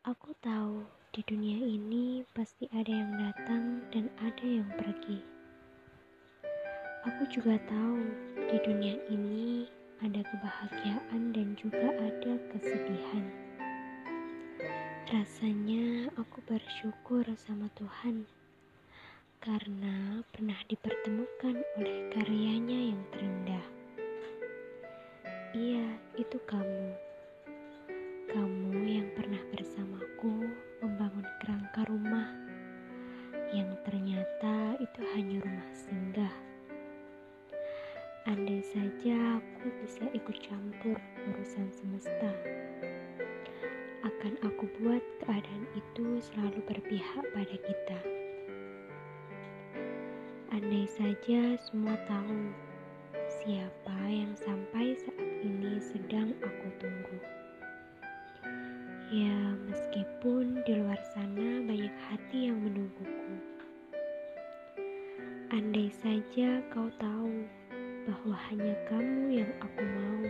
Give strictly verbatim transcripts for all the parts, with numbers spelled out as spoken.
Aku tahu di dunia ini pasti ada yang datang dan ada yang pergi. Aku juga tahu di dunia ini ada kebahagiaan dan juga ada kesedihan. Rasanya aku bersyukur sama Tuhan karena pernah dipertemukan oleh karyanya yang terindah. Iya, itu kamu. Kamu yang pernah bersamaku membangun kerangka rumah yang ternyata itu hanya rumah singgah. Andai saja aku bisa ikut campur urusan semesta, akan aku buat keadaan itu selalu berpihak pada kita. Andai saja semua tahu siapa yang sampai saat ini sedang aku tunggu. Ya, meskipun di luar sana banyak hati yang menungguku. Andai saja kau tahu bahwa hanya kamu yang aku mau.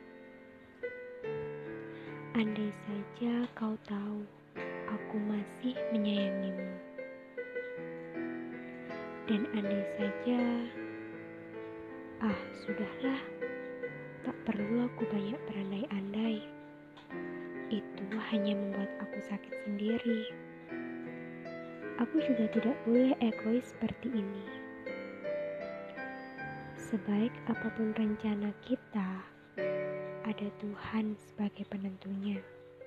Andai saja kau tahu aku masih menyayangimu. Dan andai saja, ah sudahlah, tak perlu aku banyak berandai-andai. Itu hanya membuat aku sakit sendiri. Aku juga tidak boleh egois seperti ini. Sebaik apapun rencana kita, ada Tuhan sebagai penentunya.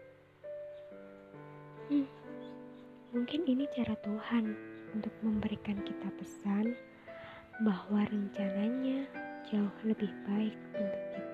Hmm, mungkin ini cara Tuhan untuk memberikan kita pesan bahwa rencananya jauh lebih baik untuk kita.